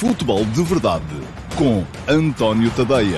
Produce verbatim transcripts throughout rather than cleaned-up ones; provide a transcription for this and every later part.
Futebol de Verdade com António Tadeia.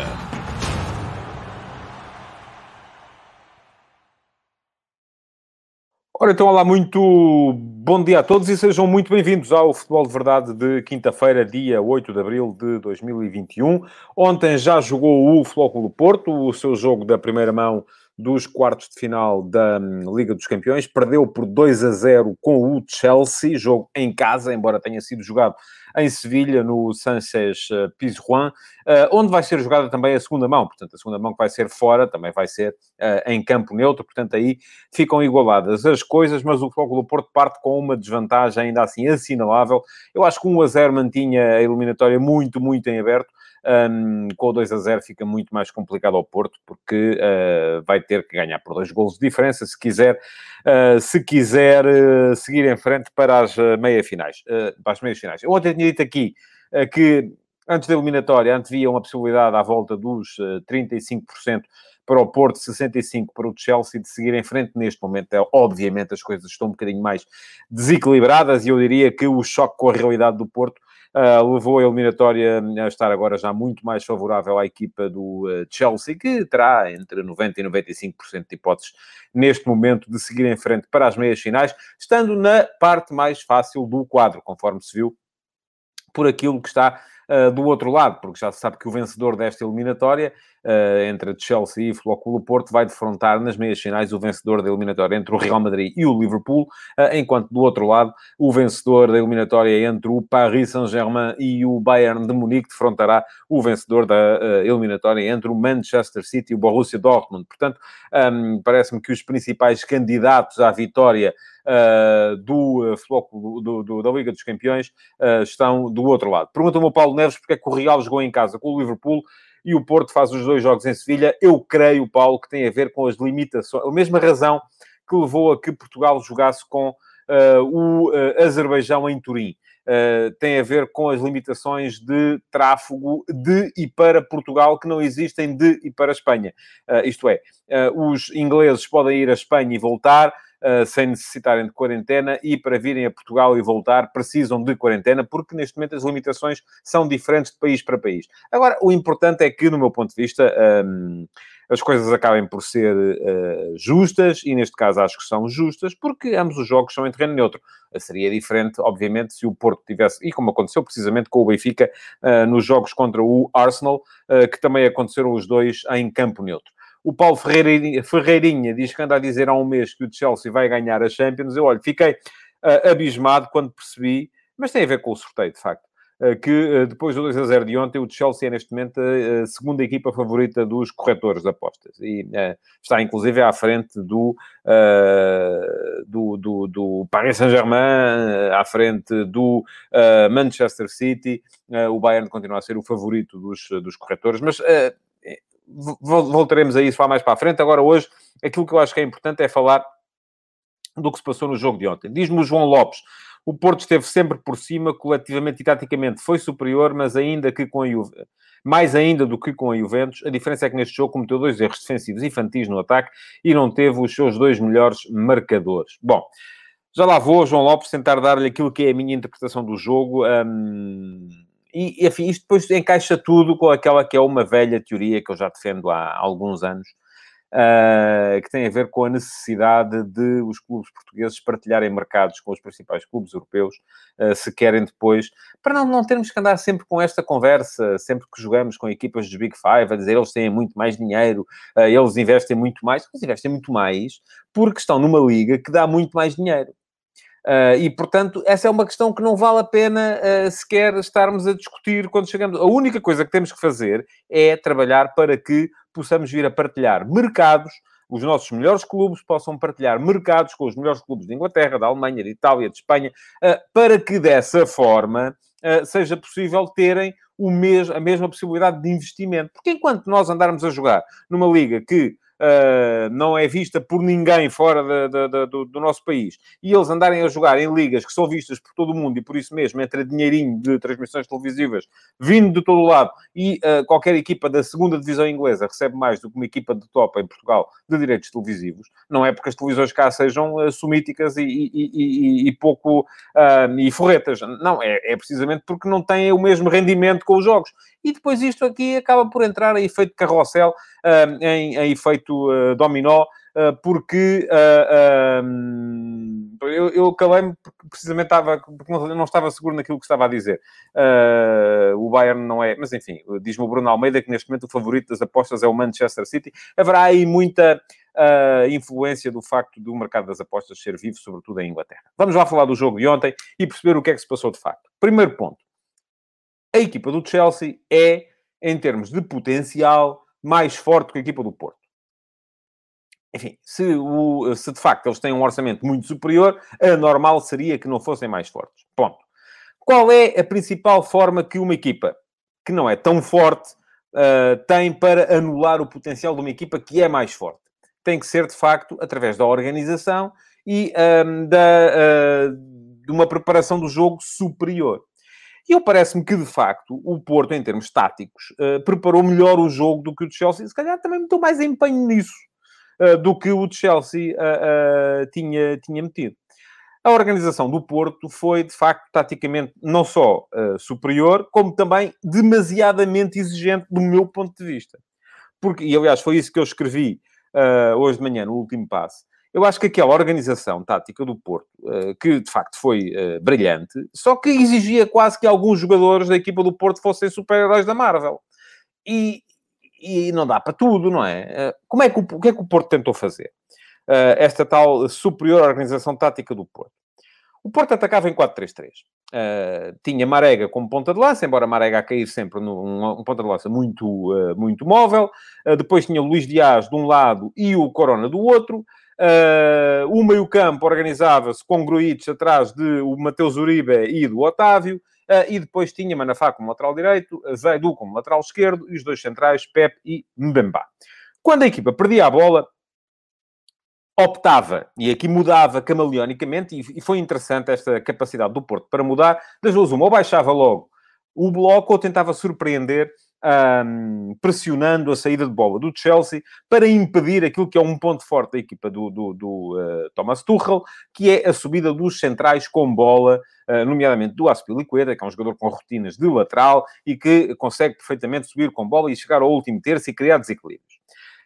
Ora, então, olá, muito bom dia a todos e sejam muito bem-vindos ao Futebol de Verdade de quinta-feira, dia oito de abril de dois mil e vinte e um. Ontem já jogou o Futebol Clube do Porto, o seu jogo da primeira mão dos quartos de final da Liga dos Campeões. Perdeu por dois a zero com o Chelsea, jogo em casa, embora tenha sido jogado em Sevilha, no Sánchez-Pizjuán, onde vai ser jogada também a segunda mão. Portanto, a segunda mão que vai ser fora, também vai ser uh, em campo neutro. Portanto, aí ficam igualadas as coisas, mas o Futebol Clube do Porto parte com uma desvantagem ainda assim assinalável. Eu acho que um a zero mantinha a eliminatória muito, muito em aberto. Um, com o dois a zero fica muito mais complicado ao Porto, porque uh, vai ter que ganhar por dois golos de diferença se quiser, uh, se quiser uh, seguir em frente para as uh, meias-finais. Uh, para as meias-finais. Eu ontem tinha dito aqui uh, que antes da eliminatória antevia uma possibilidade à volta dos uh, trinta e cinco por cento para o Porto, sessenta e cinco por cento para o Chelsea, de seguir em frente. Neste momento, é, obviamente, as coisas estão um bocadinho mais desequilibradas e eu diria que o choque com a realidade do Porto Uh, levou a eliminatória a estar agora já muito mais favorável à equipa do uh, Chelsea, que terá entre noventa e noventa e cinco por cento de hipóteses neste momento de seguir em frente para as meias finais, estando na parte mais fácil do quadro, conforme se viu por aquilo que está uh, do outro lado, porque já se sabe que o vencedor desta eliminatória, uh, entre Chelsea e Futebol Clube do Porto, vai defrontar nas meias finais o vencedor da eliminatória entre o Real Madrid e o Liverpool, uh, enquanto do outro lado, o vencedor da eliminatória entre o Paris Saint-Germain e o Bayern de Munique defrontará o vencedor da uh, eliminatória entre o Manchester City e o Borussia Dortmund. Portanto, um, parece-me que os principais candidatos à vitória Uh, do, uh, futebol, do, do, da Liga dos Campeões uh, estão do outro lado. Pergunta-me o Paulo Neves porque é que o Real jogou em casa com o Liverpool e o Porto faz os dois jogos em Sevilha. Eu creio, Paulo, que tem a ver com as limitações, a mesma razão que levou a que Portugal jogasse com uh, o uh, Azerbaijão em Turim. Uh, tem a ver com as limitações de tráfego de e para Portugal que não existem de e para a Espanha. Uh, isto é, uh, os ingleses podem ir à Espanha e voltar, Uh, sem necessitarem de quarentena, e para virem a Portugal e voltar precisam de quarentena, porque neste momento as limitações são diferentes de país para país. Agora, o importante é que, no meu ponto de vista, um, as coisas acabem por ser uh, justas, e neste caso acho que são justas, porque ambos os jogos são em terreno neutro. Uh, seria diferente, obviamente, se o Porto tivesse, e como aconteceu precisamente com o Benfica, uh, nos jogos contra o Arsenal, uh, que também aconteceram os dois em campo neutro. O Paulo Ferreirinha, Ferreirinha diz que anda a dizer há um mês que o Chelsea vai ganhar a Champions. Eu, olho, fiquei uh, abismado quando percebi, mas tem a ver com o sorteio, de facto, uh, que uh, depois do dois a zero de ontem, o Chelsea é neste momento a, a segunda equipa favorita dos corretores de apostas. E uh, está, inclusive, à frente do, uh, do, do, do Paris Saint-Germain, à frente do uh, Manchester City. Uh, o Bayern continua a ser o favorito dos, dos corretores, mas... Uh, voltaremos a isso lá mais para a frente. Agora, hoje, aquilo que eu acho que é importante é falar do que se passou no jogo de ontem. Diz-me o João Lopes: o Porto esteve sempre por cima, coletivamente e taticamente foi superior, mas ainda que com a Juve... mais ainda do que com a Juventus. A diferença é que neste jogo cometeu dois erros defensivos infantis no ataque e não teve os seus dois melhores marcadores. Bom, já lá vou, João Lopes, tentar dar-lhe aquilo que é a minha interpretação do jogo. Hum... E, enfim, isto depois encaixa tudo com aquela que é uma velha teoria que eu já defendo há alguns anos, uh, que tem a ver com a necessidade de os clubes portugueses partilharem mercados com os principais clubes europeus, uh, se querem depois, para não, não termos que andar sempre com esta conversa, sempre que jogamos com equipas dos Big Five, a dizer eles têm muito mais dinheiro, uh, eles investem muito mais. Eles investem muito mais porque estão numa liga que dá muito mais dinheiro. Uh, e, portanto, essa é uma questão que não vale a pena uh, sequer estarmos a discutir quando chegamos. A única coisa que temos que fazer é trabalhar para que possamos vir a partilhar mercados, os nossos melhores clubes possam partilhar mercados com os melhores clubes de Inglaterra, da Alemanha, de Itália, de Espanha, uh, para que dessa forma uh, seja possível terem o mes- a mesma possibilidade de investimento. Porque enquanto nós andarmos a jogar numa liga que uh, não é vista por ninguém fora de, de, de, do, do nosso país, e eles andarem a jogar em ligas que são vistas por todo o mundo, e por isso mesmo entra dinheirinho de transmissões televisivas vindo de todo o lado, e uh, qualquer equipa da segunda divisão inglesa recebe mais do que uma equipa de top em Portugal de direitos televisivos, não é porque as televisões cá sejam uh, sumíticas e, e, e, e, e pouco uh, e forretas, não, é, é precisamente porque não têm o mesmo rendimento com os jogos. E depois isto aqui acaba por entrar em efeito carrossel, uh, em, em efeito uh, dominó, uh, porque uh, um, eu, eu calei-me porque precisamente estava, porque não, não estava seguro naquilo que estava a dizer. Uh, o Bayern não é... Mas, enfim, diz-me o Bruno Almeida que neste momento o favorito das apostas é o Manchester City. Haverá aí muita uh, influência do facto do mercado das apostas ser vivo, sobretudo em Inglaterra. Vamos lá falar do jogo de ontem e perceber o que é que se passou de facto. Primeiro ponto. A equipa do Chelsea é, em termos de potencial, mais forte que a equipa do Porto. Enfim, se, o, se de facto eles têm um orçamento muito superior, a normal seria que não fossem mais fortes. Ponto. Qual é a principal forma que uma equipa, que não é tão forte, uh, tem para anular o potencial de uma equipa que é mais forte? Tem que ser, de facto, através da organização e um, da, uh, de uma preparação do jogo superior. E eu parece-me que, de facto, o Porto, em termos táticos, uh, preparou melhor o jogo do que o Chelsea. Se calhar também meteu mais empenho nisso uh, do que o Chelsea uh, uh, tinha, tinha metido. A organização do Porto foi, de facto, taticamente não só uh, superior, como também demasiadamente exigente do meu ponto de vista. Porque, e, aliás, foi isso que eu escrevi uh, hoje de manhã, no último passe. Eu acho que aquela organização tática do Porto, uh, que de facto foi uh, brilhante, só que exigia quase que alguns jogadores da equipa do Porto fossem super-heróis da Marvel. E, e não dá para tudo, não é? Uh, como é que o, o que é que o Porto tentou fazer? Uh, esta tal superior organização tática do Porto. O Porto atacava em quatro três três. Uh, tinha Marega como ponta de lança, embora Marega a cair sempre num um ponta de lança muito, uh, muito móvel. Uh, depois tinha o Luís Dias de um lado e o Corona do outro. Uh, o meio-campo organizava-se com Gruitch atrás de o Mateus Uribe e do Otávio. Uh, e depois tinha Manafá como lateral direito, Zaidu como lateral esquerdo e os dois centrais, Pep e Mbemba. Quando a equipa perdia a bola, optava, e aqui mudava camaleonicamente, e foi interessante esta capacidade do Porto para mudar, das duas uma, ou baixava logo o bloco, ou tentava surpreender, um, pressionando a saída de bola do Chelsea, para impedir aquilo que é um ponto forte da equipa do, do, do uh, Thomas Tuchel, que é a subida dos centrais com bola, uh, nomeadamente do Azpilicueta, que é um jogador com rotinas de lateral, e que consegue perfeitamente subir com bola e chegar ao último terço e criar desequilíbrios.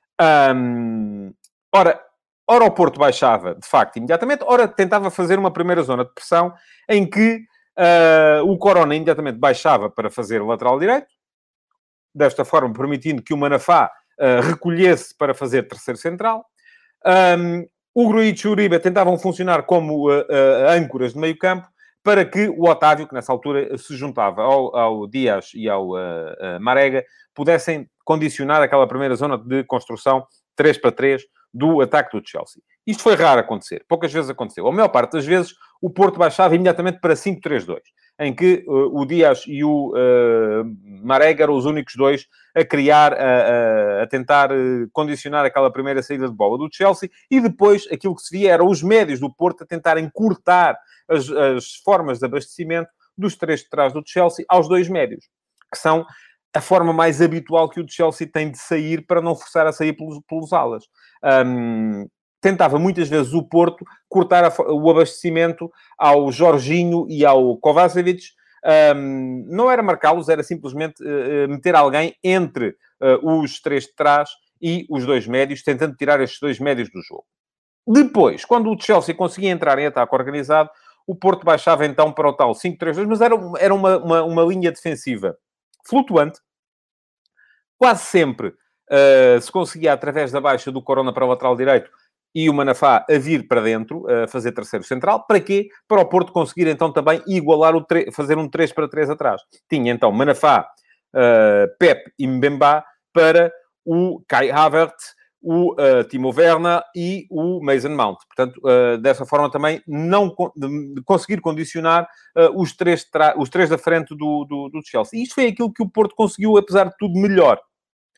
Um, ora, Ora o Porto baixava, de facto, imediatamente. Ora tentava fazer uma primeira zona de pressão em que uh, o Corona imediatamente baixava para fazer lateral direito. Desta forma, permitindo que o Manafá uh, recolhesse para fazer terceiro central. Um, o Gruitch e o Uribe tentavam funcionar como uh, uh, âncoras de meio campo para que o Otávio, que nessa altura se juntava ao, ao Dias e ao uh, uh, Marega, pudessem condicionar aquela primeira zona de construção três para três do ataque do Chelsea. Isto foi raro acontecer. Poucas vezes aconteceu. A maior parte das vezes, o Porto baixava imediatamente para cinco três dois, em que uh, o Dias e o uh, Marega eram os únicos dois a criar, a, a, a tentar uh, condicionar aquela primeira saída de bola do Chelsea, e depois aquilo que se via eram os médios do Porto a tentarem cortar as, as formas de abastecimento dos três de trás do Chelsea aos dois médios, que são a forma mais habitual que o Chelsea tem de sair para não forçar a sair pelos, pelos alas. Um, tentava muitas vezes o Porto cortar a, o abastecimento ao Jorginho e ao Kovacevic. Um, não era marcá-los, era simplesmente uh, meter alguém entre uh, os três de trás e os dois médios, tentando tirar estes dois médios do jogo. Depois, quando o Chelsea conseguia entrar em ataque organizado, o Porto baixava então para o tal cinco três dois, mas era, era uma, uma, uma linha defensiva flutuante. Quase sempre uh, se conseguia, através da baixa do Corona para o lateral direito, e o Manafá a vir para dentro, a fazer terceiro central. Para quê? Para o Porto conseguir então também igualar, o tre- fazer um três para três atrás. Tinha então Manafá, uh, Pep e Mbemba para o Kai Havertz, o uh, Timo Werner e o Mason Mount. Portanto, uh, dessa forma também não con- de conseguir condicionar uh, os, três tra- os três da frente do, do, do Chelsea. E isto foi aquilo que o Porto conseguiu, apesar de tudo, melhor.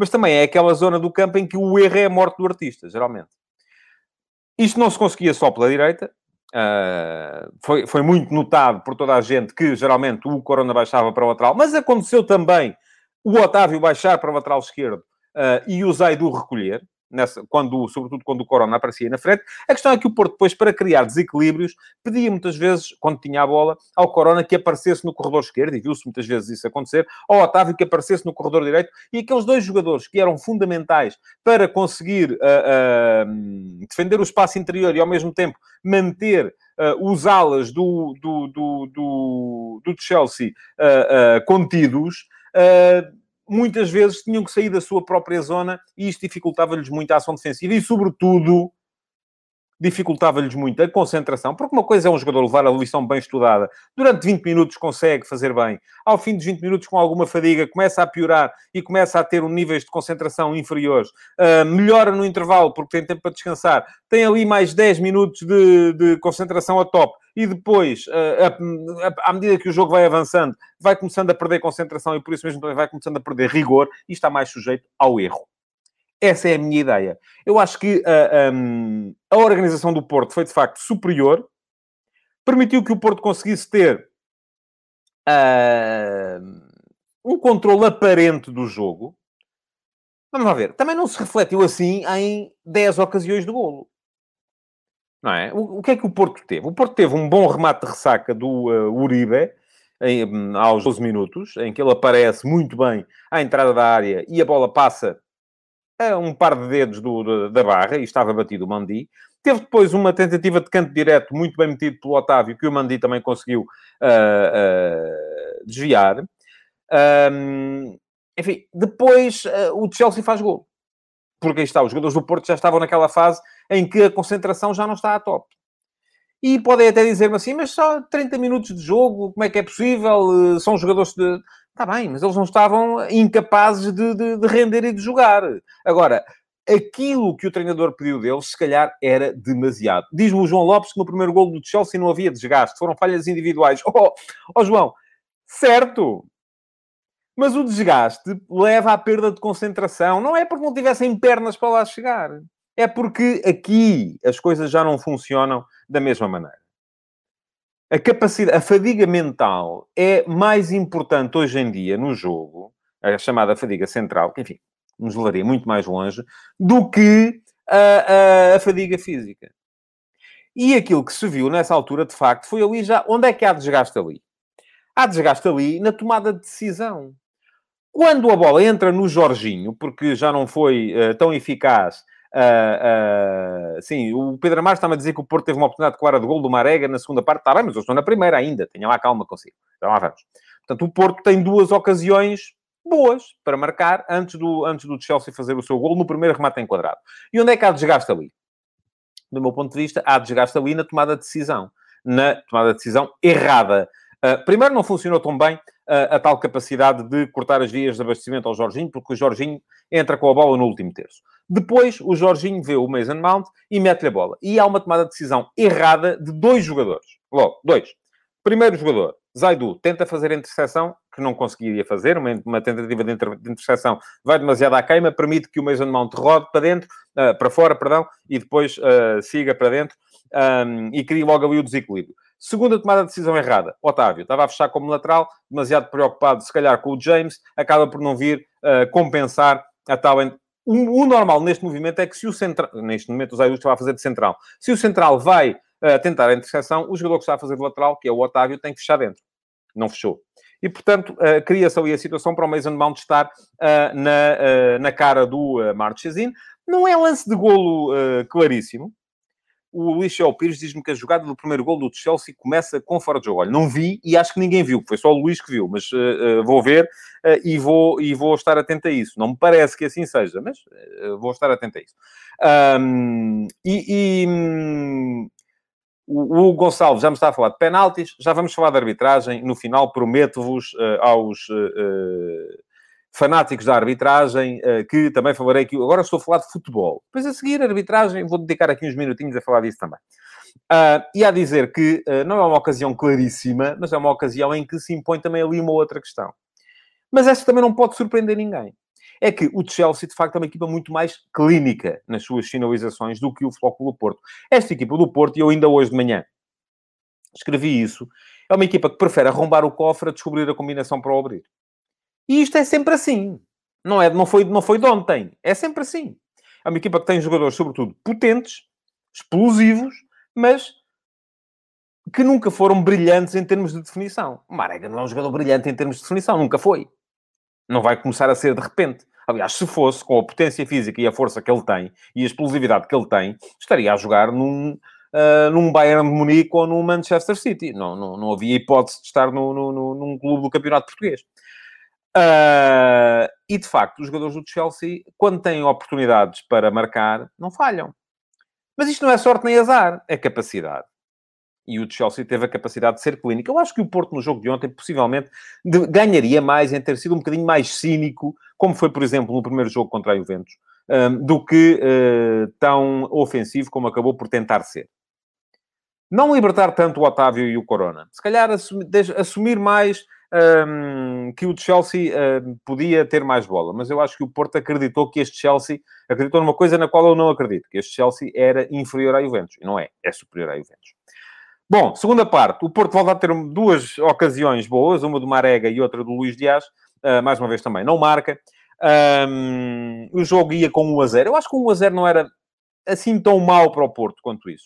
mas também é aquela zona do campo em que o erro é a morte do artista, geralmente. Isto não se conseguia só pela direita. Uh, foi, foi muito notado por toda a gente que, geralmente, o Corona baixava para o lateral. Mas aconteceu também o Otávio baixar para o lateral esquerdo uh, e o Zaidu recolher. Nessa, quando, sobretudo quando o Corona aparecia na frente. A questão é que o Porto, depois, para criar desequilíbrios, pedia muitas vezes, quando tinha a bola, ao Corona que aparecesse no corredor esquerdo, e viu-se muitas vezes isso acontecer, ao Otávio que aparecesse no corredor direito, e aqueles dois jogadores que eram fundamentais para conseguir uh, uh, defender o espaço interior e, ao mesmo tempo, manter uh, os alas do, do, do, do, do Chelsea uh, uh, contidos, uh, muitas vezes tinham que sair da sua própria zona e isto dificultava-lhes muito a ação defensiva e, sobretudo, dificultava-lhes muito a concentração, porque uma coisa é um jogador levar a lição bem estudada, durante vinte minutos consegue fazer bem, ao fim dos vinte minutos com alguma fadiga, começa a piorar e começa a ter um níveis de concentração inferiores, uh, melhora no intervalo porque tem tempo para descansar, tem ali mais dez minutos de, de concentração a top, e depois, uh, a, a, à medida que o jogo vai avançando, vai começando a perder concentração e por isso mesmo também vai começando a perder rigor e está mais sujeito ao erro. Essa é a minha ideia. Eu acho que uh, um, a organização do Porto foi, de facto, superior. Permitiu que o Porto conseguisse ter uh, um controle aparente do jogo. Vamos lá ver. Também não se refletiu assim em dez ocasiões de golo. Não é? O, o que é que o Porto teve? O Porto teve um bom remate de ressaca do uh, Uribe, em, aos doze minutos, em que ele aparece muito bem à entrada da área e a bola passa a um par de dedos do, da barra, e estava batido o Mandi. Teve depois uma tentativa de canto direto, muito bem metido pelo Otávio, que o Mandi também conseguiu uh, uh, desviar. Um, enfim, depois uh, o Chelsea faz gol. Porque aí está, os jogadores do Porto já estavam naquela fase em que a concentração já não está a top. E podem até dizer-me assim, mas só trinta minutos de jogo, como é que é possível? São jogadores de... Está bem, mas eles não estavam incapazes de, de, de render e de jogar. Agora, aquilo que o treinador pediu deles, se calhar, era demasiado. Diz-me o João Lopes que no primeiro golo do Chelsea não havia desgaste. Foram falhas individuais. Oh, oh João, certo. Mas o desgaste leva à perda de concentração. Não é porque não tivessem pernas para lá chegar. É porque aqui as coisas já não funcionam da mesma maneira. A capacidade, a fadiga mental é mais importante hoje em dia no jogo, a chamada fadiga central, que, enfim, nos levaria muito mais longe, do que a, a, a fadiga física. E aquilo que se viu nessa altura, de facto, foi ali já... Onde é que há desgaste ali? Há desgaste ali na tomada de decisão. Quando a bola entra no Jorginho, porque já não foi uh, tão eficaz... Uh, uh, sim, o Pedro Amaro está-me a dizer que o Porto teve uma oportunidade clara de gol do Marega na segunda parte. Está bem, mas eu estou na primeira ainda. Tenha lá calma consigo. Então lá vamos. Portanto, o Porto tem duas ocasiões boas para marcar antes do, antes do Chelsea fazer o seu gol no primeiro remate enquadrado. E onde é que há desgaste ali? Do meu ponto de vista, há desgaste ali na tomada de decisão. Na tomada de decisão errada. Uh, primeiro, não funcionou tão bem uh, a tal capacidade de cortar as vias de abastecimento ao Jorginho, porque o Jorginho entra com a bola no último terço. Depois, o Jorginho vê o Mason Mount e mete-lhe a bola. E há uma tomada de decisão errada de dois jogadores. Logo, dois. Primeiro jogador, Zaidu, tenta fazer a interseção, que não conseguiria fazer. Uma, uma tentativa de, inter, de interseção vai demasiado à queima, permite que o Mason Mount rode para dentro, uh, para fora, perdão, e depois uh, siga para dentro um, e cria logo ali o desequilíbrio. Segunda tomada de decisão errada. Otávio estava a fechar como lateral, demasiado preocupado, se calhar, com o James, acaba por não vir uh, compensar a tal... O, o normal neste movimento é que se o central... Neste momento o Zaidu estava a fazer de central. Se o central vai uh, tentar a interseção, o jogador que está a fazer de lateral, que é o Otávio, tem que fechar dentro. Não fechou. E, portanto, uh, cria-se ali a situação para o Mason Mount estar uh, na, uh, na cara do uh, Marchesín. Não é lance de golo uh, claríssimo. O Luís Chel Pires diz-me que a jogada do primeiro gol do Chelsea começa com fora de jogo. Olha, não vi e acho que ninguém viu. Foi só o Luís que viu. Mas uh, uh, vou ver uh, e, vou, e vou estar atento a isso. Não me parece que assim seja, mas uh, vou estar atento a isso. Um, e... e um, o Hugo Gonçalves já me está a falar de penaltis. Já vamos falar de arbitragem. No final, prometo-vos uh, aos... Uh, uh, fanáticos da arbitragem, que também falarei aqui. Agora estou a falar de futebol. Depois a seguir, a arbitragem, vou dedicar aqui uns minutinhos a falar disso também. Uh, e a dizer que uh, não é uma ocasião claríssima, mas é uma ocasião em que se impõe também ali uma outra questão. Mas essa também não pode surpreender ninguém. é que o Chelsea, de facto, é uma equipa muito mais clínica nas suas finalizações do que o Futebol Clube do Porto. Esta equipa do Porto, e eu ainda hoje de manhã escrevi isso, é uma equipa que prefere arrombar o cofre a descobrir a combinação para o abrir. E isto é sempre assim. Não, é, não, foi, não foi de ontem. É sempre assim. É uma equipa que tem jogadores, sobretudo, potentes, explosivos, mas que nunca foram brilhantes em termos de definição. O Marega não é um jogador brilhante em termos de definição. Nunca foi. Não vai começar a ser de repente. Aliás, se fosse, com a potência física e a força que ele tem, e a explosividade que ele tem, estaria a jogar num, uh, num Bayern de Munique ou num Manchester City. Não, não, não havia hipótese de estar no, no, no, num clube do campeonato português. Uh, e, de facto, os jogadores do Chelsea, quando têm oportunidades para marcar, não falham. Mas isto não é sorte nem azar, é capacidade. E o Chelsea teve a capacidade de ser clínico. Eu acho que o Porto, no jogo de ontem, possivelmente, de, ganharia mais em ter sido um bocadinho mais cínico, como foi, por exemplo, no primeiro jogo contra a Juventus, um, do que uh, tão ofensivo como acabou por tentar ser. Não libertar tanto o Otávio e o Corona. Se calhar assumir, assumir mais um, que o Chelsea um, podia ter mais bola. Mas eu acho que o Porto acreditou que este Chelsea... Acreditou numa coisa na qual eu não acredito. Que este Chelsea era inferior à Juventus. E não é. É superior à Juventus. Bom, segunda parte. O Porto volta a ter duas ocasiões boas. Uma do Marega e outra do Luís Dias. Uh, mais uma vez também. Não marca. Um, o jogo ia com um a zero. Eu acho que um a zero não era assim tão mau para o Porto quanto isso.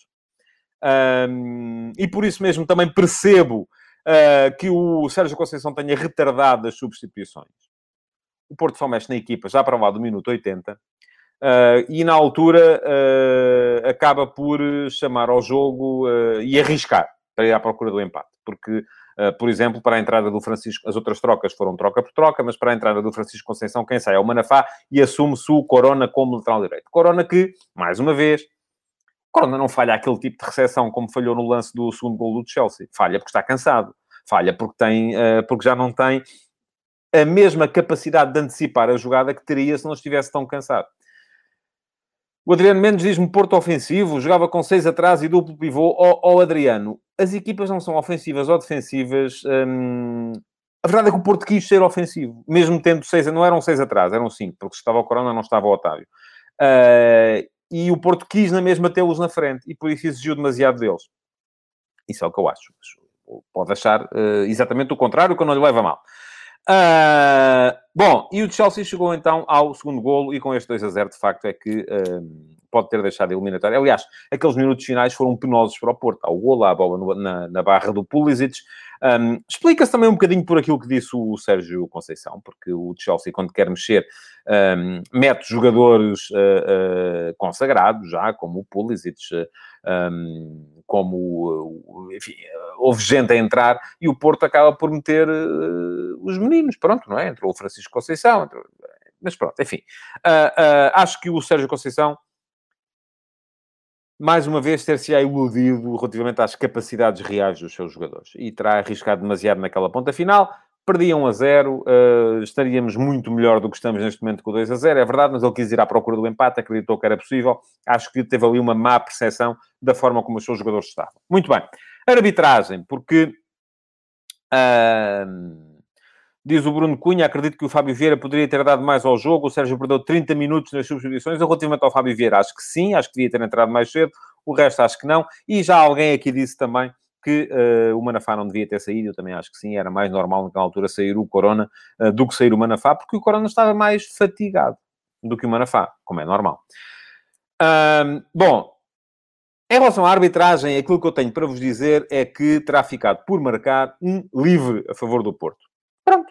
Um, e por isso mesmo também percebo uh, que o Sérgio Conceição tenha retardado as substituições. O Porto só mexe na equipa já para lá do minuto oitenta uh, e na altura uh, acaba por chamar ao jogo uh, e arriscar para ir à procura do empate. Porque, uh, por exemplo, para a entrada do Francisco, as outras trocas foram troca por troca, mas para a entrada do Francisco Conceição, quem sai é o Manafá e assume-se o Corona como lateral direito. Corona que, mais uma vez, Corona não falha aquele tipo de recepção como falhou no lance do segundo gol do Chelsea. Falha porque está cansado. Falha porque, tem, uh, porque já não tem a mesma capacidade de antecipar a jogada que teria se não estivesse tão cansado. O Adriano Mendes diz-me Porto ofensivo, jogava com seis atrás e duplo pivô. Ó oh, oh, Adriano, as equipas não são ofensivas ou defensivas. Hum... A verdade é que o Porto quis ser ofensivo. Mesmo tendo seis, não eram seis atrás, eram cinco. Porque se estava o Corona, não estava o Otávio. Uh... E o Porto quis na mesma tê-los na frente. E por isso exigiu demasiado deles. Isso é o que eu acho. Pode achar uh, exatamente o contrário, que eu não lhe levo a mal. Uh, bom, e o Chelsea chegou então ao segundo golo e com este dois a zero, de facto, é que uh, pode ter deixado a eliminatória. Aliás, aqueles minutos finais foram penosos para o Porto. Há o golo, há a bola no, na, na barra do Pulisic. Um, explica-se também um bocadinho por aquilo que disse o Sérgio Conceição, porque o Chelsea, quando quer mexer, um, mete jogadores uh, uh, consagrados já, como o Pulisic, uh, um, como, uh, enfim, uh, houve gente a entrar, e o Porto acaba por meter uh, os meninos, pronto, não é? Entrou o Francisco Conceição, entrou... mas pronto, enfim. Uh, uh, acho que o Sérgio Conceição, mais uma vez, ter-se-á iludido relativamente às capacidades reais dos seus jogadores. E terá arriscado demasiado naquela ponta final. Perdia um a zero. Uh, estaríamos muito melhor do que estamos neste momento com o dois a zero. É verdade, mas ele quis ir à procura do empate. Acreditou que era possível. Acho que teve ali uma má percepção da forma como os seus jogadores estavam. Muito bem. Arbitragem, porque... Uh... Diz o Bruno Cunha, acredito que o Fábio Vieira poderia ter dado mais ao jogo. O Sérgio perdeu trinta minutos nas substituições. Eu, relativamente ao Fábio Vieira, acho que sim. Acho que devia ter entrado mais cedo. O resto, acho que não. E já alguém aqui disse também que uh, o Manafá não devia ter saído. Eu também acho que sim. Era mais normal naquela altura sair o Corona uh, do que sair o Manafá, porque o Corona estava mais fatigado do que o Manafá, como é normal. Um, bom, em relação à arbitragem, aquilo que eu tenho para vos dizer é que terá ficado por marcar um livre a favor do Porto. Pronto.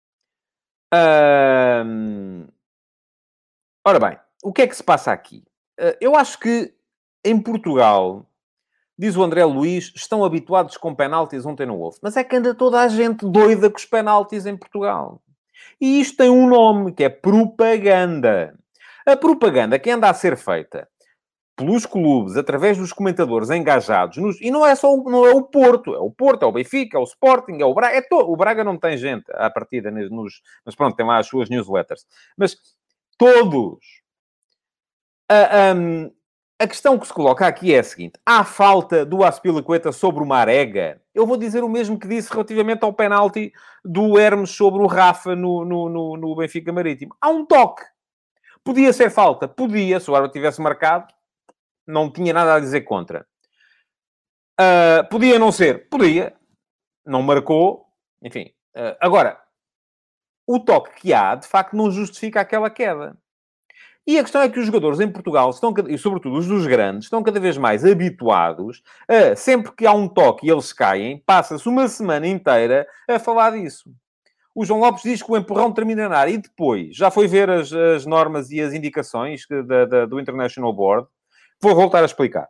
Hum... Ora bem, o que é que se passa aqui? Eu acho que em Portugal, diz o André Luís, estão habituados com penaltis, ontem não houve. Mas é que anda toda a gente doida com os penaltis em Portugal. E isto tem um nome, que é propaganda. A propaganda que anda a ser feita pelos clubes, através dos comentadores engajados, nos... e não é só o, não é o Porto, é o Porto, é o Benfica, é o Sporting, é o Braga, é to... o Braga não tem gente à partida, nos... mas pronto, tem lá as suas newsletters. Mas todos, a, a, a questão que se coloca aqui é a seguinte. Há falta do Azpilicueta sobre o Marega? Eu vou dizer o mesmo que disse relativamente ao penalti do Hermes sobre o Rafa no, no, no, no Benfica Marítimo. Há um toque. Podia ser falta? Podia. Se o árbitro tivesse marcado, não tinha nada a dizer contra. Uh, podia não ser? Podia. Não marcou. Enfim. Uh, agora, o toque que há, de facto, não justifica aquela queda. E a questão é que os jogadores em Portugal, estão, e sobretudo os dos grandes, estão cada vez mais habituados a, sempre que há um toque e eles caem, passa-se uma semana inteira a falar disso. O João Lopes diz que o empurrão termina na área e depois, já foi ver as, as normas e as indicações da, da, do International Board. Vou voltar a explicar.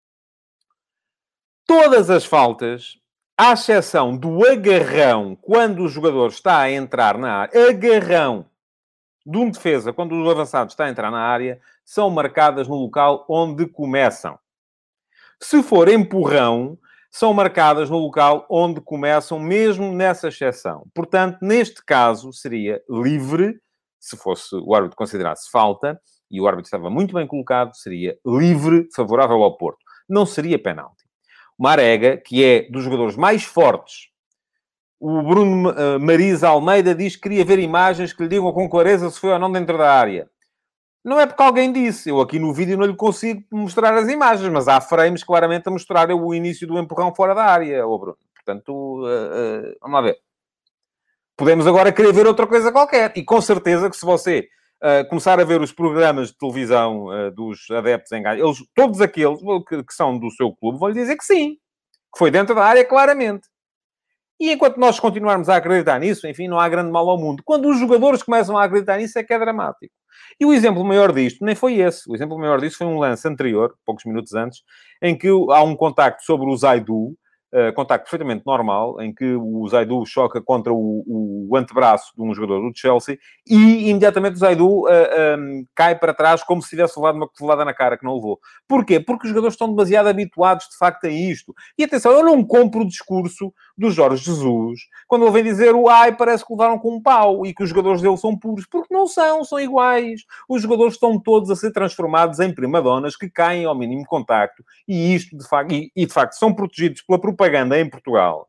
Todas as faltas, à exceção do agarrão, quando o jogador está a entrar na área, agarrão de um defesa, quando o avançado está a entrar na área, são marcadas no local onde começam. Se for empurrão, são marcadas no local onde começam, mesmo nessa exceção. Portanto, neste caso, seria livre, se fosse o árbitro considerasse falta, e o árbitro estava muito bem colocado, seria livre, favorável ao Porto. Não seria penalti. O Marega, que é dos jogadores mais fortes, o Bruno uh, Marisa Almeida diz que queria ver imagens que lhe digam com clareza se foi ou não dentro da área. Não é porque alguém disse. Eu aqui no vídeo não lhe consigo mostrar as imagens, mas há frames claramente a mostrar o início do empurrão fora da área, oh Bruno. Portanto, uh, uh, vamos lá ver. Podemos agora querer ver outra coisa qualquer. E com certeza que se você uh, começar a ver os programas de televisão uh, dos adeptos em Gaia, eles, todos aqueles que, que são do seu clube vão lhe dizer que sim. Que foi dentro da área, claramente. E enquanto nós continuarmos a acreditar nisso, enfim, não há grande mal ao mundo. Quando os jogadores começam a acreditar nisso, é que é dramático. E o exemplo maior disto nem foi esse. O exemplo maior disto foi um lance anterior, poucos minutos antes, em que há um contacto sobre o Zaidu, uh, contacto perfeitamente normal, em que o Zaidu choca contra o, o antebraço de um jogador do Chelsea e imediatamente o Zaidu uh, um, cai para trás como se tivesse levado uma cotovelada na cara, que não levou. Porquê? Porque os jogadores estão demasiado habituados, de facto, a isto. E atenção, eu não compro o discurso do Jorge Jesus, quando ele vem dizer o ai, parece que levaram com um pau e que os jogadores dele são puros, porque não são, são iguais. Os jogadores estão todos a ser transformados em primadonas que caem ao mínimo contacto e isto, de facto, e, e de facto, são protegidos pela propaganda em Portugal.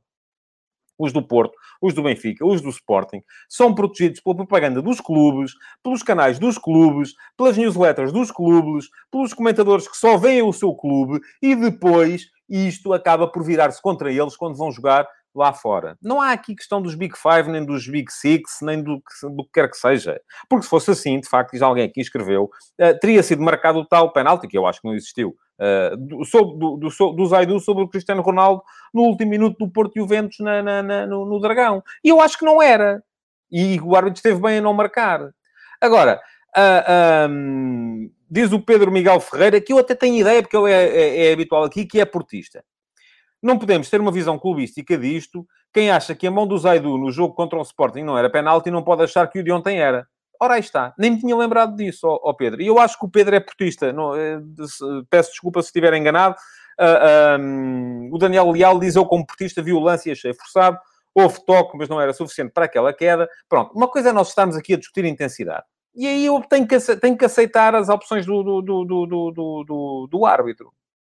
Os do Porto, os do Benfica, os do Sporting, são protegidos pela propaganda dos clubes, pelos canais dos clubes, pelas newsletters dos clubes, pelos comentadores que só veem o seu clube e depois isto acaba por virar-se contra eles quando vão jogar lá fora. Não há aqui questão dos Big Five, nem dos Big Six, nem do que, do que quer que seja. Porque se fosse assim, de facto, diz alguém aqui escreveu, uh, teria sido marcado o tal penalti, que eu acho que não existiu, uh, do, sobre, do, do, do Zaidu sobre o Cristiano Ronaldo no último minuto do Porto Juventus na, na, na, no, no Dragão. E eu acho que não era. E o árbitro esteve bem a não marcar. Agora, uh, um, diz o Pedro Miguel Ferreira, que eu até tenho ideia, porque ele é, é, é habitual aqui, que é portista. Não podemos ter uma visão clubística disto. Quem acha que a mão do Zaidu no jogo contra o Sporting não era penalti, não pode achar que o de ontem era. Ora, aí está. Nem me tinha lembrado disso, ó, ó Pedro. E eu acho que o Pedro é portista. Não, é, peço desculpa se estiver enganado. Uh, um, o Daniel Leal diz, eu como portista vi o lance e achei forçado. Houve toque, mas não era suficiente para aquela queda. Pronto. Uma coisa é nós estarmos aqui a discutir intensidade. E aí eu tenho que, tenho que aceitar as opções do, do, do, do, do, do, do árbitro.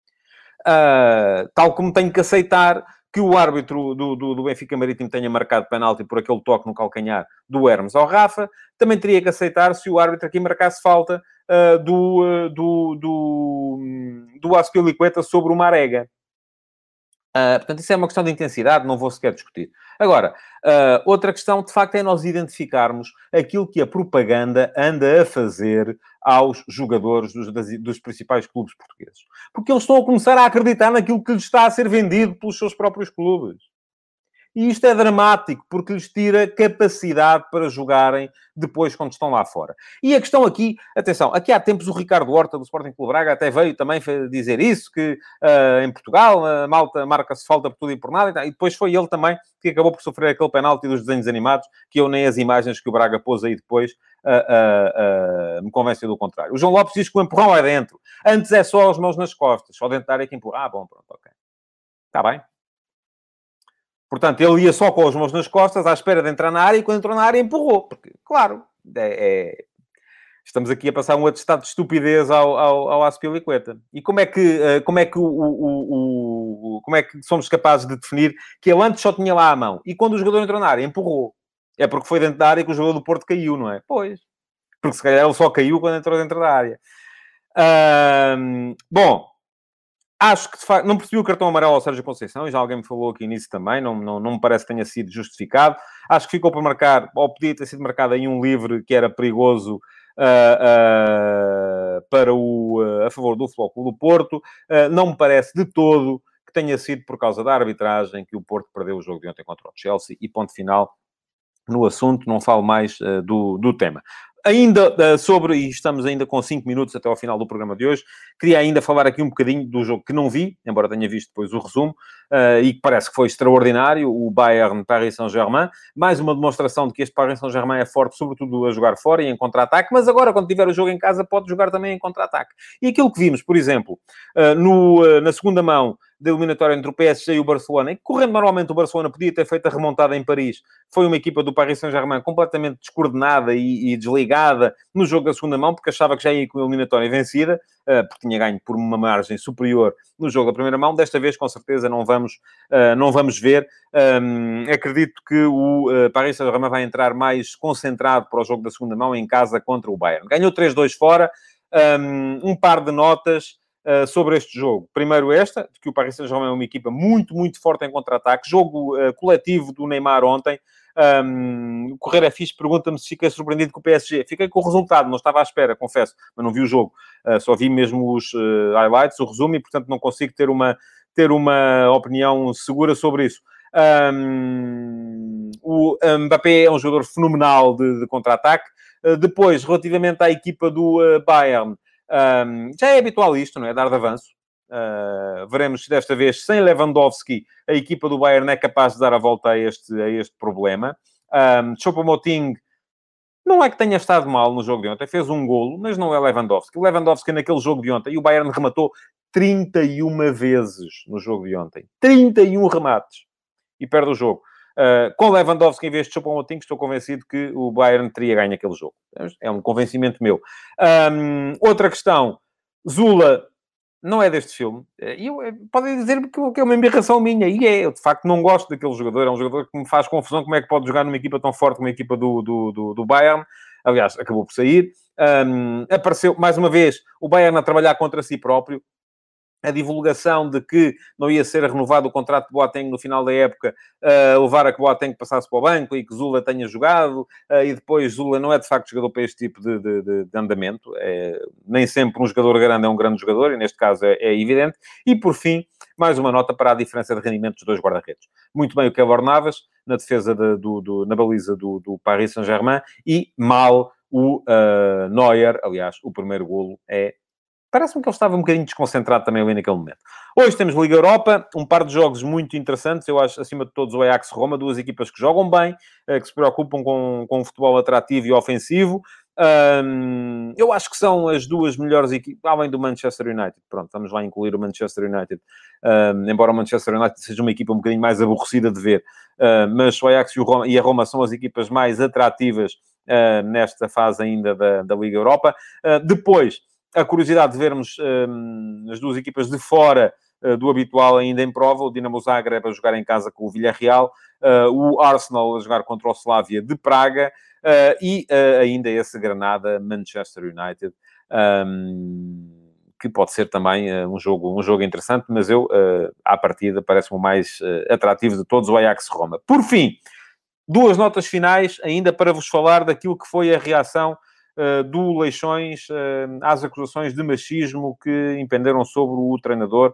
Uh, tal como tenho que aceitar que o árbitro do, do, do Benfica Marítimo tenha marcado penalti por aquele toque no calcanhar do Hermes ao Rafa, também teria que aceitar se o árbitro aqui marcasse falta uh, do, uh, do, do, do Azpilicueta sobre o Marega. Uh, portanto, isso é uma questão de intensidade, não vou sequer discutir. Agora, uh, outra questão, de facto, é nós identificarmos aquilo que a propaganda anda a fazer aos jogadores dos, das, dos principais clubes portugueses. Porque eles estão a começar a acreditar naquilo que lhes está a ser vendido pelos seus próprios clubes. E isto é dramático, porque lhes tira capacidade para jogarem depois quando estão lá fora. E a questão aqui, atenção, aqui há tempos o Ricardo Horta, do Sporting Clube Braga, até veio também dizer isso, que uh, em Portugal a malta marca-se falta por tudo e por nada, e depois foi ele também que acabou por sofrer aquele penalti dos desenhos animados, que eu nem as imagens que o Braga pôs aí depois uh, uh, uh, me convencem do contrário. O João Lopes diz que o empurrão é dentro. Antes é só as mãos nas costas, só dentro da área que empurra. Ah, bom, pronto, ok. Está bem. Portanto, ele ia só com as mãos nas costas, à espera de entrar na área, e quando entrou na área, empurrou. Porque, claro, é, Estamos aqui a passar um atestado de estupidez ao, ao, ao Azpilicueta. E como é que, como é que, o, o, o, como é que somos capazes de definir que ele antes só tinha lá a mão e quando o jogador entrou na área, empurrou? É porque foi dentro da área que o jogador do Porto caiu, não é? Pois. Porque se calhar ele só caiu quando entrou dentro da área. Hum, bom, acho que de facto, não percebi o cartão amarelo ao Sérgio Conceição, e já alguém me falou aqui nisso também, não, não, não me parece que tenha sido justificado. Acho que ficou por marcar, ou podia ter sido marcado aí um livre que era perigoso uh, uh, para o, uh, a favor do Futebol Clube do Porto. Uh, não me parece de todo que tenha sido por causa da arbitragem que o Porto perdeu o jogo de ontem contra o Chelsea, e ponto final no assunto, não falo mais uh, do, do tema. Ainda uh, sobre, e estamos ainda com cinco minutos até ao final do programa de hoje, queria ainda falar aqui um bocadinho do jogo que não vi, embora tenha visto depois o resumo, uh, e que parece que foi extraordinário, o Bayern-Paris Saint-Germain. Mais uma demonstração de que este Paris Saint-Germain é forte, sobretudo a jogar fora e em contra-ataque, mas agora, quando tiver o jogo em casa, pode jogar também em contra-ataque. E aquilo que vimos, por exemplo, uh, no, uh, na segunda mão da eliminatória entre o P S G e o Barcelona, e que, correndo normalmente o Barcelona podia ter feito a remontada em Paris, foi uma equipa do Paris Saint-Germain completamente descoordenada e, e desligada no jogo da segunda mão, porque achava que já ia com a eliminatória vencida, uh, porque tinha ganho por uma margem superior no jogo da primeira mão. Desta vez, com certeza, não vamos, uh, não vamos ver. Um, acredito que o uh, Paris Saint-Germain vai entrar mais concentrado para o jogo da segunda mão, em casa contra o Bayern. Ganhou três dois fora, um, um par de notas Uh, sobre este jogo. Primeiro esta, de que o Paris Saint-Germain é uma equipa muito, muito forte em contra-ataque. Jogo uh, coletivo do Neymar ontem. Um, o Correia Fixe pergunta-me se fiquei surpreendido com o P S G. Fiquei com o resultado, não estava à espera, confesso, mas não vi o jogo. Uh, só vi mesmo os uh, highlights, o resumo, e, portanto, não consigo ter uma, ter uma opinião segura sobre isso. Um, o Mbappé é um jogador fenomenal de, de contra-ataque. Uh, depois, relativamente à equipa do uh, Bayern, Um, já é habitual isto, não é? Dar de avanço. Uh, veremos se desta vez, sem Lewandowski, a equipa do Bayern é capaz de dar a volta a este, a este problema. Um, Choupo-Moting não é que tenha estado mal no jogo de ontem, fez um golo, mas não é Lewandowski. O Lewandowski naquele jogo de ontem, e o Bayern rematou trinta e uma vezes no jogo de ontem. trinta e um remates. E perde o jogo. Uh, com Lewandowski em vez de Choupo-Moting, estou convencido que o Bayern teria ganho aquele jogo. É um convencimento meu. Um, outra questão. Zula não é deste filme. E eu, podem dizer-me que é uma embirração minha. E é. Eu, de facto, não gosto daquele jogador. É um jogador que me faz confusão. Como é que pode jogar numa equipa tão forte como a equipa do, do, do, do Bayern? Aliás, acabou por sair. Um, apareceu, mais uma vez, o Bayern a trabalhar contra si próprio. A divulgação de que não ia ser renovado o contrato de Boateng no final da época, uh, levar a que Boateng passasse para o banco e que Zula tenha jogado, uh, e depois Zula não é de facto jogador para este tipo de, de, de, de andamento. É, nem sempre um jogador grande é um grande jogador, e neste caso é, é evidente. E por fim, mais uma nota para a diferença de rendimento dos dois guarda-redes. Muito bem o Keylor Navas, na defesa, de, do, do, na baliza do, do Paris Saint-Germain, e mal o uh, Neuer. Aliás, o primeiro golo é... Parece-me que ele estava um bocadinho desconcentrado também ali naquele momento. Hoje temos Liga Europa, um par de jogos muito interessantes. Eu acho, acima de todos, o Ajax-Roma, duas equipas que jogam bem, que se preocupam com, com um futebol atrativo e ofensivo. Um, eu acho que são as duas melhores equipas, além do Manchester United. Pronto, vamos lá incluir o Manchester United. Um, embora o Manchester United seja uma equipa um bocadinho mais aborrecida de ver. Uh, mas o Ajax e, o Roma, e a Roma são as equipas mais atrativas uh, nesta fase ainda da, da Liga Europa. Uh, depois... A curiosidade de vermos um, as duas equipas de fora uh, do habitual ainda em prova. O Dinamo Zagreb a jogar em casa com o Villarreal, uh, o Arsenal a jogar contra o Slavia de Praga, uh, e uh, ainda esse Granada-Manchester United, um, que pode ser também uh, um, jogo, um jogo interessante, mas eu, uh, à partida, parece-me o mais uh, atrativo de todos, o Ajax-Roma. Por fim, duas notas finais, ainda para vos falar daquilo que foi a reação Uh, do Leixões uh, às acusações de machismo que impenderam sobre o treinador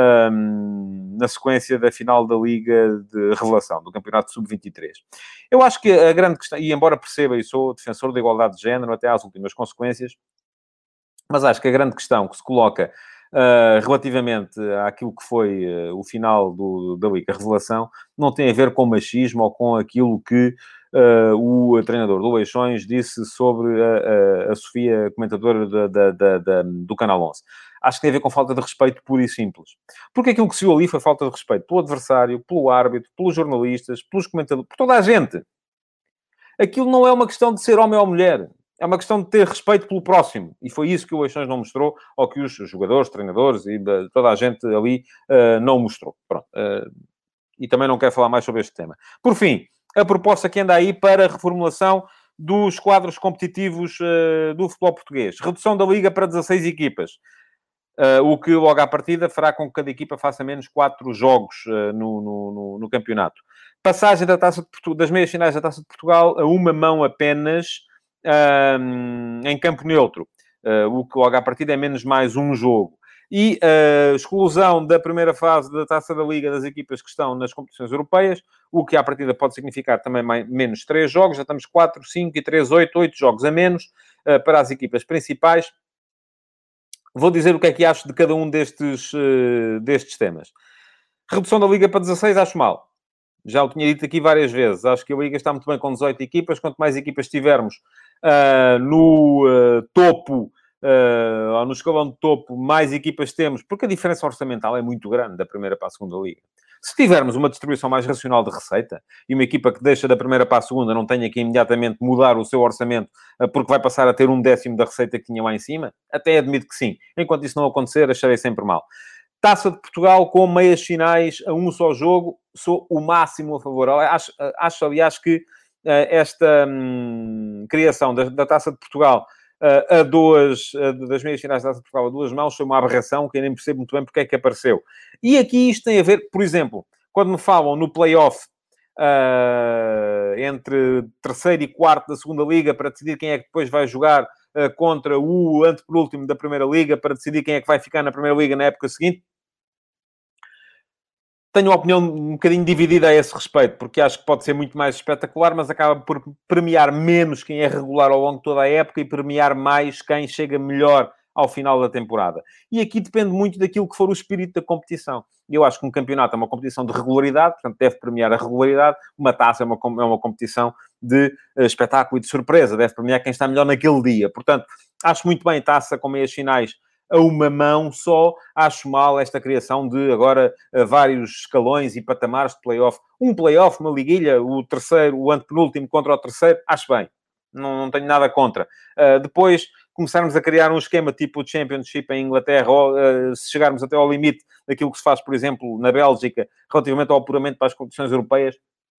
um, na sequência da final da Liga de Revelação, do Campeonato sub vinte e três. Eu acho que a grande questão, e embora perceba e sou defensor da igualdade de género até às últimas consequências, mas acho que a grande questão que se coloca uh, relativamente àquilo que foi uh, o final do, da Liga Revelação não tem a ver com machismo ou com aquilo que Uh, o treinador do Leixões disse sobre a, a, a Sofia, comentadora da, da, da, da, do Canal onze. Acho que tem a ver com falta de respeito puro e simples. Porque aquilo que se viu ali foi falta de respeito pelo adversário, pelo árbitro, pelos jornalistas, pelos comentadores, por toda a gente. Aquilo não é uma questão de ser homem ou mulher. É uma questão de ter respeito pelo próximo. E foi isso que o Eixões não mostrou, ou que os jogadores, treinadores e toda a gente ali uh, não mostrou. Pronto. Uh, e também não quero falar mais sobre este tema. Por fim, a proposta que anda aí para a reformulação dos quadros competitivos uh, do futebol português. Redução da Liga para dezasseis equipas. Uh, o que, logo à partida, fará com que cada equipa faça menos quatro jogos uh, no, no, no, no campeonato. Passagem da Taça de Portu- das meias finais da Taça de Portugal a uma mão apenas uh, em campo neutro. Uh, o que, logo à partida, é menos mais um jogo. E a uh, exclusão da primeira fase da Taça da Liga das equipas que estão nas competições europeias, o que, à partida, pode significar também mais, menos três jogos. Já estamos quatro, cinco e três, oito, oito jogos a menos uh, para as equipas principais. Vou dizer o que é que acho de cada um destes, uh, destes temas. Redução da Liga para dezasseis, acho mal. Já o tinha dito aqui várias vezes. Acho que a Liga está muito bem com dezoito equipas. Quanto mais equipas tivermos uh, no uh, topo, uh, ou no escalão de topo, mais equipas temos, porque a diferença orçamental é muito grande da primeira para a segunda Liga. Se tivermos uma distribuição mais racional de receita, e uma equipa que deixa da primeira para a segunda não tenha que imediatamente mudar o seu orçamento porque vai passar a ter um décimo da receita que tinha lá em cima, até admito que sim. Enquanto isso não acontecer, acharei sempre mal. Taça de Portugal com meias finais a um só jogo, sou o máximo a favor. Acho, acho aliás, que uh, esta hum, criação da, da Taça de Portugal uh, a duas, uh, das meias finais da Taça de Portugal a duas mãos foi uma aberração que eu nem percebo muito bem porque é que apareceu. E aqui isto tem a ver, por exemplo, quando me falam no play-off uh, entre terceiro e quarto da segunda Liga para decidir quem é que depois vai jogar uh, contra o antepenúltimo da primeira Liga para decidir quem é que vai ficar na primeira Liga na época seguinte, tenho uma opinião um bocadinho dividida a esse respeito, porque acho que pode ser muito mais espetacular, mas acaba por premiar menos quem é regular ao longo de toda a época e premiar mais quem chega melhor ao final da temporada. E aqui depende muito daquilo que for o espírito da competição. Eu acho que um campeonato é uma competição de regularidade, portanto deve premiar a regularidade. Uma taça é uma, é uma competição de uh, espetáculo e de surpresa, deve premiar quem está melhor naquele dia. Portanto, acho muito bem taça com meias finais a uma mão só. Acho mal esta criação de agora vários escalões e patamares de play-off. Um play-off, uma liguilha, o terceiro, o antepenúltimo contra o terceiro, acho bem. Não, não tenho nada contra. Uh, depois, começarmos a criar um esquema tipo o Championship em Inglaterra, ou uh, se chegarmos até ao limite daquilo que se faz, por exemplo, na Bélgica, relativamente ao apuramento para as competições europeias,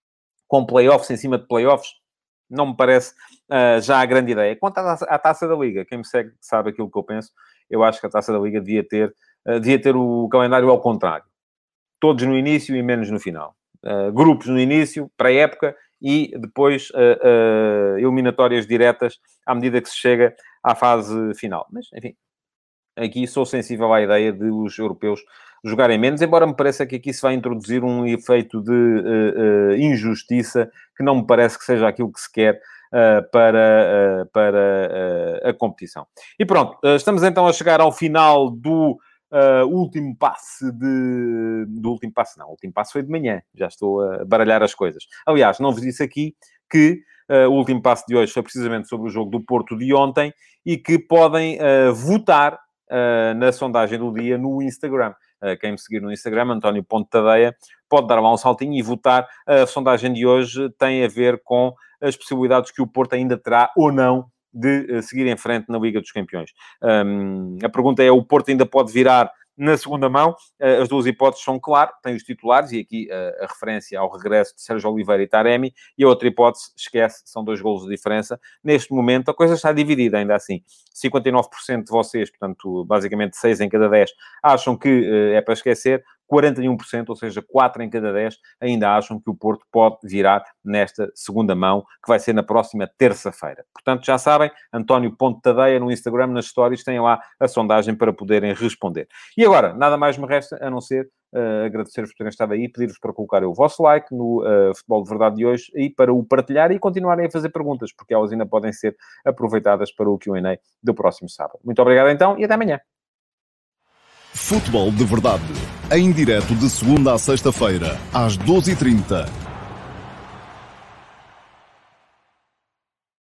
com play-offs em cima de play-offs, não me parece uh, já a grande ideia. Quanto à, à Taça da Liga, quem me segue sabe aquilo que eu penso. Eu acho que a Taça da Liga devia ter, uh, devia ter o calendário ao contrário. Todos no início e menos no final. Uh, grupos no início, pré-época, e depois uh, uh, eliminatórias diretas à medida que se chega à fase final. Mas, enfim, aqui sou sensível à ideia de os europeus jogarem menos, embora me pareça que aqui se vai introduzir um efeito de uh, uh, injustiça que não me parece que seja aquilo que se quer Uh, para, uh, para uh, a competição. E pronto, uh, estamos então a chegar ao final do uh, último passe de... Do último passe, não. O último passe foi de manhã. Já estou a baralhar as coisas. Aliás, não vos disse aqui que uh, o último passe de hoje foi precisamente sobre o jogo do Porto de ontem e que podem uh, votar uh, na sondagem do dia no Instagram. Uh, quem me seguir no Instagram, António Ponto Tadeia, pode dar lá um saltinho e votar. A sondagem de hoje tem a ver com as possibilidades que o Porto ainda terá ou não de uh, seguir em frente na Liga dos Campeões. Um, a pergunta é, o Porto ainda pode virar na segunda mão? Uh, as duas hipóteses são claras, tem os titulares, e aqui uh, a referência ao regresso de Sérgio Oliveira e Taremi, e a outra hipótese, esquece, são dois golos de diferença. Neste momento, a coisa está dividida ainda assim. cinquenta e nove por cento de vocês, portanto, basicamente seis em cada dez, acham que uh, é para esquecer. quarenta e um por cento, ou seja, quatro em cada dez, ainda acham que o Porto pode virar nesta segunda mão, que vai ser na próxima terça-feira. Portanto, já sabem, António Ponto Tadeia no Instagram, nas stories, têm lá a sondagem para poderem responder. E agora, nada mais me resta a não ser uh, agradecer-vos por terem estado aí, pedir-vos para colocarem o vosso like no uh, Futebol de Verdade de hoje e para o partilhar e continuarem a fazer perguntas, porque elas ainda podem ser aproveitadas para o Q and A do próximo sábado. Muito obrigado então e até amanhã. Futebol de Verdade, em direto de segunda a sexta-feira, às doze e trinta.